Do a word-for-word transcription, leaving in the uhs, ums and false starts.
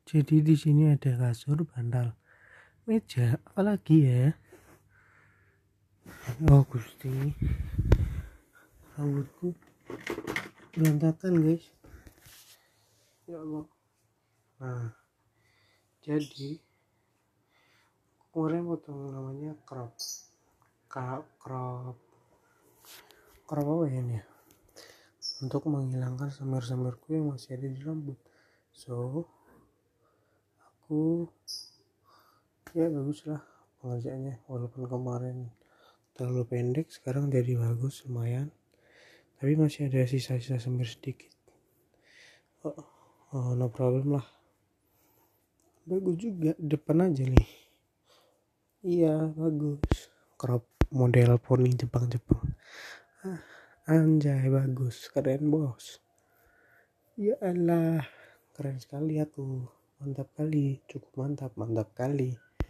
Jadi di sini ada kasur, bantal, meja, apalagi ya? Oh Gusti, rambutku berantakan guys. Ya Allah. Nah, jadi kemarin potong namanya crop, crop, crop, crop apa ya ini? Ya? Untuk menghilangkan semir-semirku yang masih ada di rambut. So, aku ya bagus lah pengerjaannya, walaupun kemarin terlalu pendek, sekarang jadi bagus lumayan, tapi masih ada sisa-sisa semir sedikit. Oh, oh, no problem lah, bagus juga, depan aja nih. Iya bagus, crop model poni Jepang-Jepang. Ah, anjay bagus, keren bos. Ya Allah, keren sekali aku, mantap kali, cukup mantap, mantap kali.